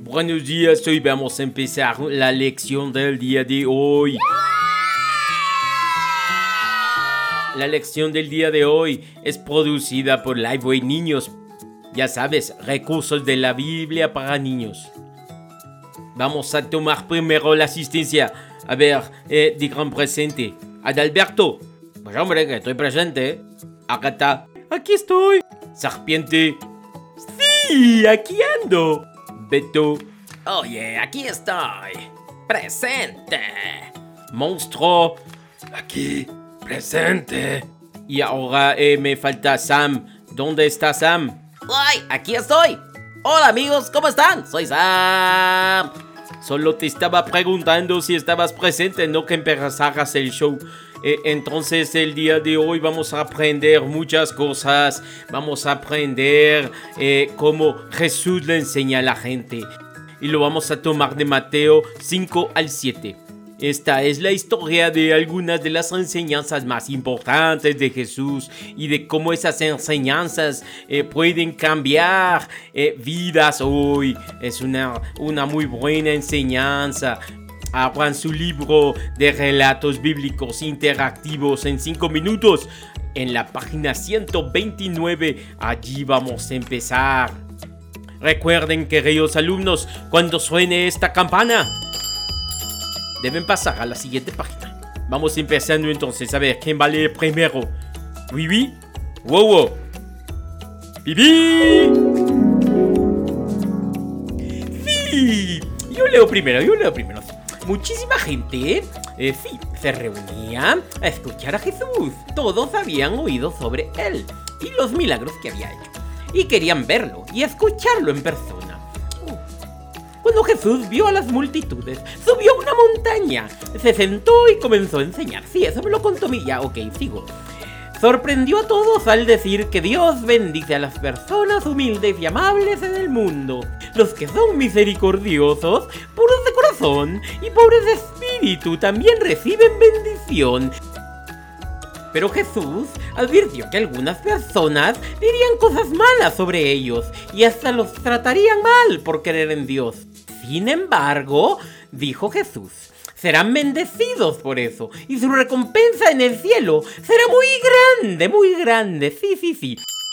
Buenos días, hoy vamos a empezar la lección del día de hoy. La lección del día de hoy es producida por Lifeway Niños. Ya sabes, recursos de la Biblia para niños. Vamos a tomar primero la asistencia. A ver, digan presente. Adalberto. Pues hombre, que estoy presente. Acá está. Aquí estoy. Serpiente. Sí, aquí ando. Beto. Oye, aquí estoy. Presente. Monstruo. Aquí, presente. Y ahora me falta Sam. ¿Dónde está Sam? ¡Ay, aquí estoy! Hola amigos, ¿cómo están? Soy Sam. Solo te estaba preguntando si estabas presente, no que empezaras el show. Entonces el día de hoy vamos a aprender muchas cosas. Vamos a aprender cómo Jesús le enseña a la gente. Y lo vamos a tomar de Mateo 5 al 7. Esta es la historia de algunas de las enseñanzas más importantes de Jesús y de cómo esas enseñanzas pueden cambiar vidas hoy. Es una muy buena enseñanza. Abran su libro de relatos bíblicos interactivos en 5 minutos. En la página 129, allí vamos a empezar. Recuerden, queridos alumnos, cuando suene esta campana, deben pasar a la siguiente página. Vamos empezando entonces. A ver, ¿quién va a leer primero? ¿Vivi? ¡Wow! ¡Vivi! ¡Sí! Yo leo primero. Muchísima gente se reunía a escuchar a Jesús. Todos habían oído sobre él y los milagros que había hecho. Y querían verlo y escucharlo en persona. Cuando Jesús vio a las multitudes, subió a una montaña, se sentó y comenzó a enseñar. Sí, eso me lo contó Milla. Ok, sigo. Sorprendió a todos al decir que Dios bendice a las personas humildes y amables en el mundo. Los que son misericordiosos, puros de corazón y pobres de espíritu también reciben bendición. Pero Jesús advirtió que algunas personas dirían cosas malas sobre ellos y hasta los tratarían mal por creer en Dios. Sin embargo, dijo Jesús, serán bendecidos por eso y su recompensa en el cielo será muy grande, sí.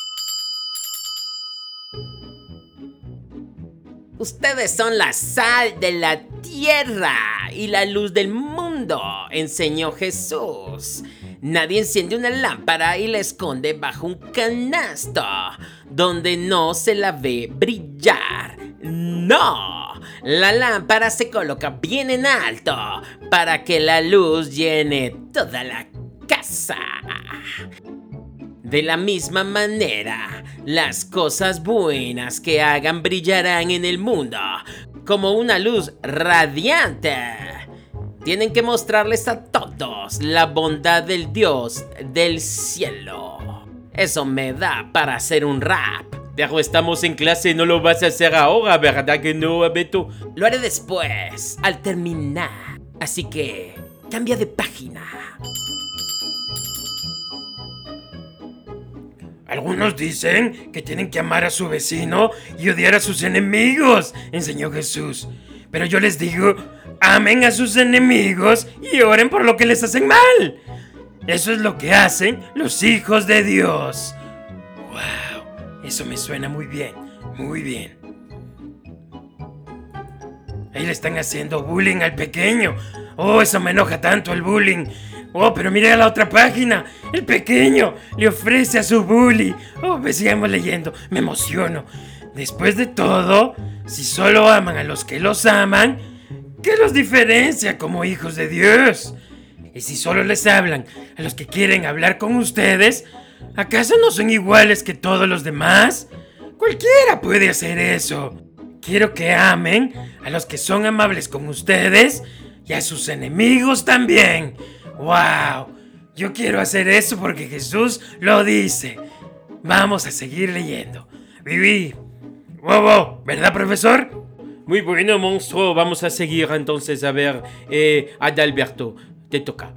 Ustedes son la sal de la tierra y la luz del mundo, enseñó Jesús. Nadie enciende una lámpara y la esconde bajo un canasto, donde no se la ve brillar. ¡No! La lámpara se coloca bien en alto para que la luz llene toda la casa. De la misma manera, las cosas buenas que hagan brillarán en el mundo como una luz radiante. Tienen que mostrarles a todos la bondad del Dios del cielo. Eso me da para hacer un rap. Pero estamos en clase, no lo vas a hacer ahora, ¿verdad que no, Beto? Lo haré después, al terminar. Así que, cambia de página. Algunos dicen que tienen que amar a su vecino y odiar a sus enemigos, enseñó Jesús. Pero yo les digo, amen a sus enemigos y oren por lo que les hacen mal. Eso es lo que hacen los hijos de Dios. ¡Wow! Eso me suena muy bien, muy bien. Ahí le están haciendo bullying al pequeño. Oh, eso me enoja tanto, el bullying. Oh, pero mire a la otra página. El pequeño le ofrece a su bully. Oh, sigamos leyendo. Me emociono. Después de todo, si solo aman a los que los aman, ¿qué los diferencia como hijos de Dios? Y si solo les hablan a los que quieren hablar con ustedes, ¿acaso no son iguales que todos los demás? Cualquiera puede hacer eso. Quiero que amen a los que son amables con ustedes y a sus enemigos también. ¡Wow! Yo quiero hacer eso porque Jesús lo dice. Vamos a seguir leyendo. Vivi. ¡Wow! ¿Verdad, profesor? Muy bueno, monstruo. Vamos a seguir entonces. A ver, Adalberto, te toca.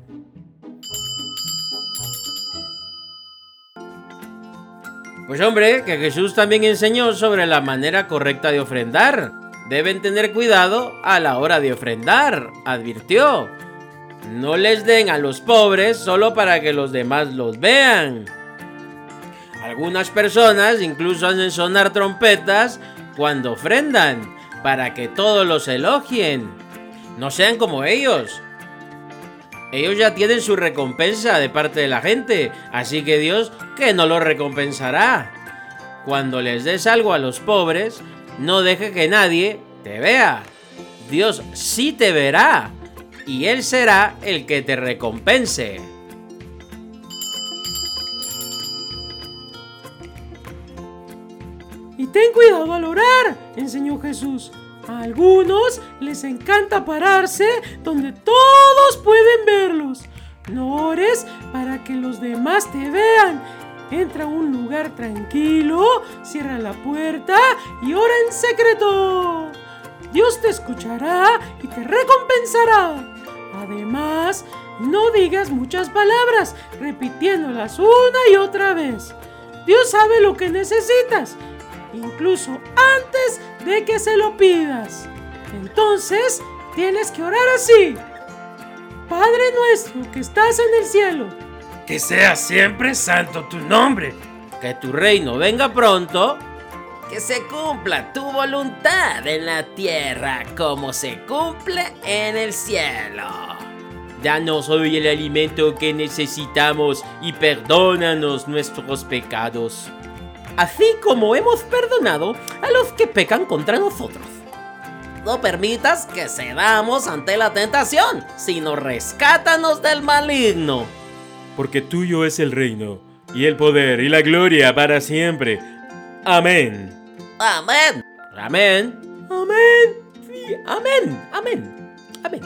Pues hombre, que Jesús también enseñó sobre la manera correcta de ofrendar. deben tener cuidado a la hora de ofrendar, advirtió. No les den a los pobres solo para que los demás los vean. Algunas personas incluso hacen sonar trompetas cuando ofrendan, para que todos los elogien. No sean como ellos. Ellos ya tienen su recompensa de parte de la gente, así que Dios que no los recompensará. Cuando les des algo a los pobres, no deje que nadie te vea. Dios sí te verá, y Él será el que te recompense. Y ten cuidado al orar, enseñó Jesús. A algunos les encanta pararse donde todos pueden verlos. No ores para que los demás te vean. Entra a un lugar tranquilo, cierra la puerta y ora en secreto. Dios te escuchará y te recompensará. Además, no digas muchas palabras, repitiéndolas una y otra vez. Dios sabe lo que necesitas, incluso antes de que se lo pidas. Entonces, tienes que orar así: Padre nuestro que estás en el cielo, Que sea siempre santo tu nombre. Que tu reino venga pronto. Que se cumpla tu voluntad en la tierra como se cumple en el cielo. Danos hoy el alimento que necesitamos y perdónanos nuestros pecados, así como hemos perdonado a los que pecan contra nosotros. No permitas que cedamos ante la tentación, sino rescátanos del maligno. Porque tuyo es el reino, y el poder, y la gloria para siempre. Amén. Amén. Amén. amén. Sí, amén. Amén. Amén.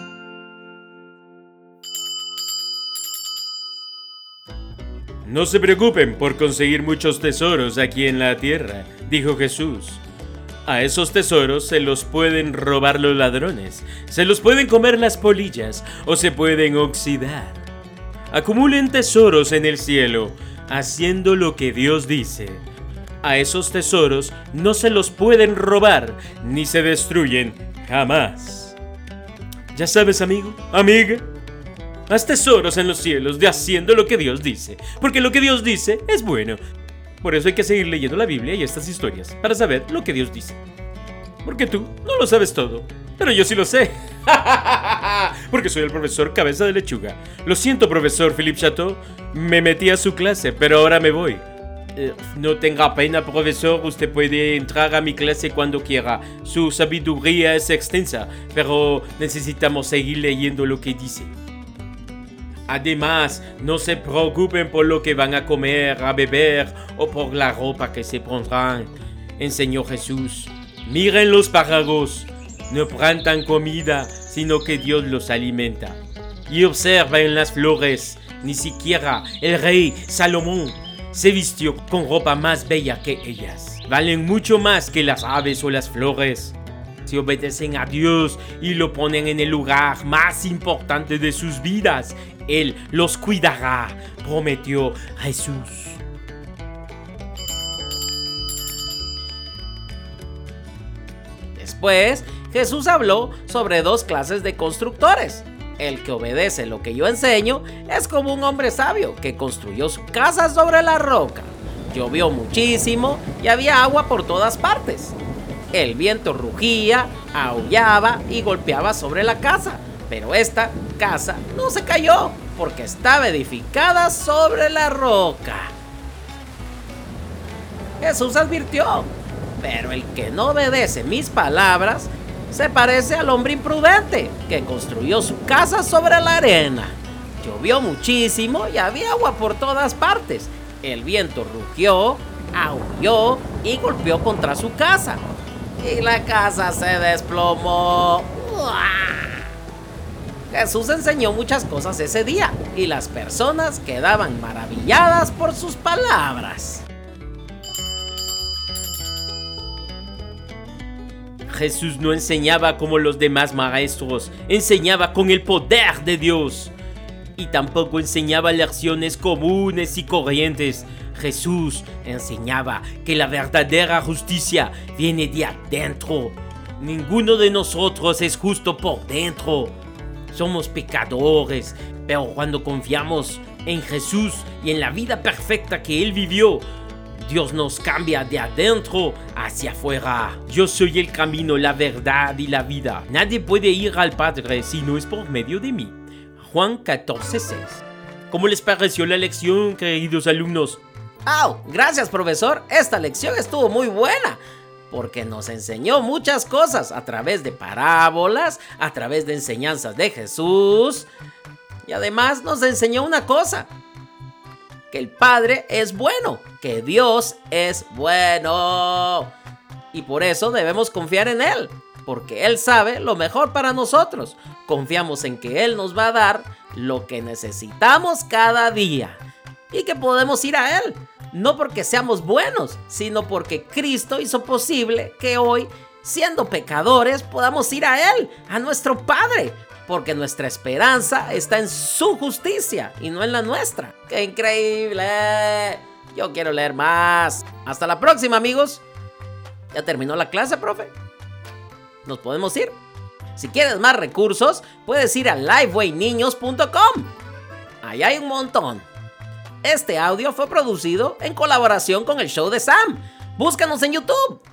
No se preocupen por conseguir muchos tesoros aquí en la tierra, dijo Jesús. A esos tesoros se los pueden robar los ladrones, se los pueden comer las polillas o se pueden oxidar. Acumulen tesoros en el cielo, haciendo lo que Dios dice. A esos tesoros no se los pueden robar, ni se destruyen jamás. Ya sabes, amigo, amiga, haz tesoros en los cielos de haciendo lo que Dios dice, porque lo que Dios dice es bueno. Por eso hay que seguir leyendo la Biblia y estas historias, para saber lo que Dios dice. Porque tú no lo sabes todo, pero yo sí lo sé. Porque soy el profesor Cabeza de Lechuga. Lo siento, profesor Philippe Chateau, me metí a su clase, pero ahora me voy. No tenga pena, profesor, usted puede entrar a mi clase cuando quiera. Su sabiduría es extensa, pero necesitamos seguir leyendo lo que dice. Además, no se preocupen por lo que van a comer, a beber o por la ropa que se pondrán, enseñó Jesús. Miren los pájaros, no plantan comida, sino que Dios los alimenta. Y observen las flores, ni siquiera el rey Salomón se vistió con ropa más bella que ellas. Valen mucho más que las aves o las flores. Si obedecen a Dios y lo ponen en el lugar más importante de sus vidas, Él los cuidará, prometió Jesús. Después, Jesús habló sobre dos clases de constructores. El que obedece lo que yo enseño es como un hombre sabio que construyó su casa sobre la roca. Llovió muchísimo y había agua por todas partes. El viento rugía, aullaba y golpeaba sobre la casa, pero esta casa no se cayó porque estaba edificada sobre la roca. Jesús advirtió: pero el que no obedece mis palabras se parece al hombre imprudente que construyó su casa sobre la arena. Llovió muchísimo y había agua por todas partes. El viento rugió, aulló y golpeó contra su casa. Y la casa se desplomó. Jesús enseñó muchas cosas ese día y las personas quedaban maravilladas por sus palabras. Jesús no enseñaba como los demás maestros, enseñaba con el poder de Dios. Y tampoco enseñaba lecciones comunes y corrientes. Jesús enseñaba que la verdadera justicia viene de adentro. Ninguno de nosotros es justo por dentro. Somos pecadores, pero cuando confiamos en Jesús y en la vida perfecta que Él vivió, Dios nos cambia de adentro hacia afuera. Yo soy el camino, la verdad y la vida. Nadie puede ir al Padre si no es por medio de mí. Juan 14:6. ¿Cómo les pareció la lección, queridos alumnos? ¡Oh! Gracias, profesor. Esta lección estuvo muy buena, porque nos enseñó muchas cosas a través de parábolas, a través de enseñanzas de Jesús. Y además nos enseñó una cosa: que el Padre es bueno, que Dios es bueno. Y por eso debemos confiar en Él, porque Él sabe lo mejor para nosotros. Confiamos en que Él nos va a dar lo que necesitamos cada día y que podemos ir a Él, no porque seamos buenos, sino porque Cristo hizo posible que hoy, siendo pecadores, podamos ir a Él, a nuestro Padre, porque nuestra esperanza está en su justicia y no en la nuestra. ¡Qué increíble! Yo quiero leer más. Hasta la próxima, amigos. ¿Ya terminó la clase, profe? ¿Nos podemos ir? Si quieres más recursos, puedes ir a livewayniños.com. Ahí hay un montón. Este audio fue producido en colaboración con el show de Sam. Búscanos en YouTube.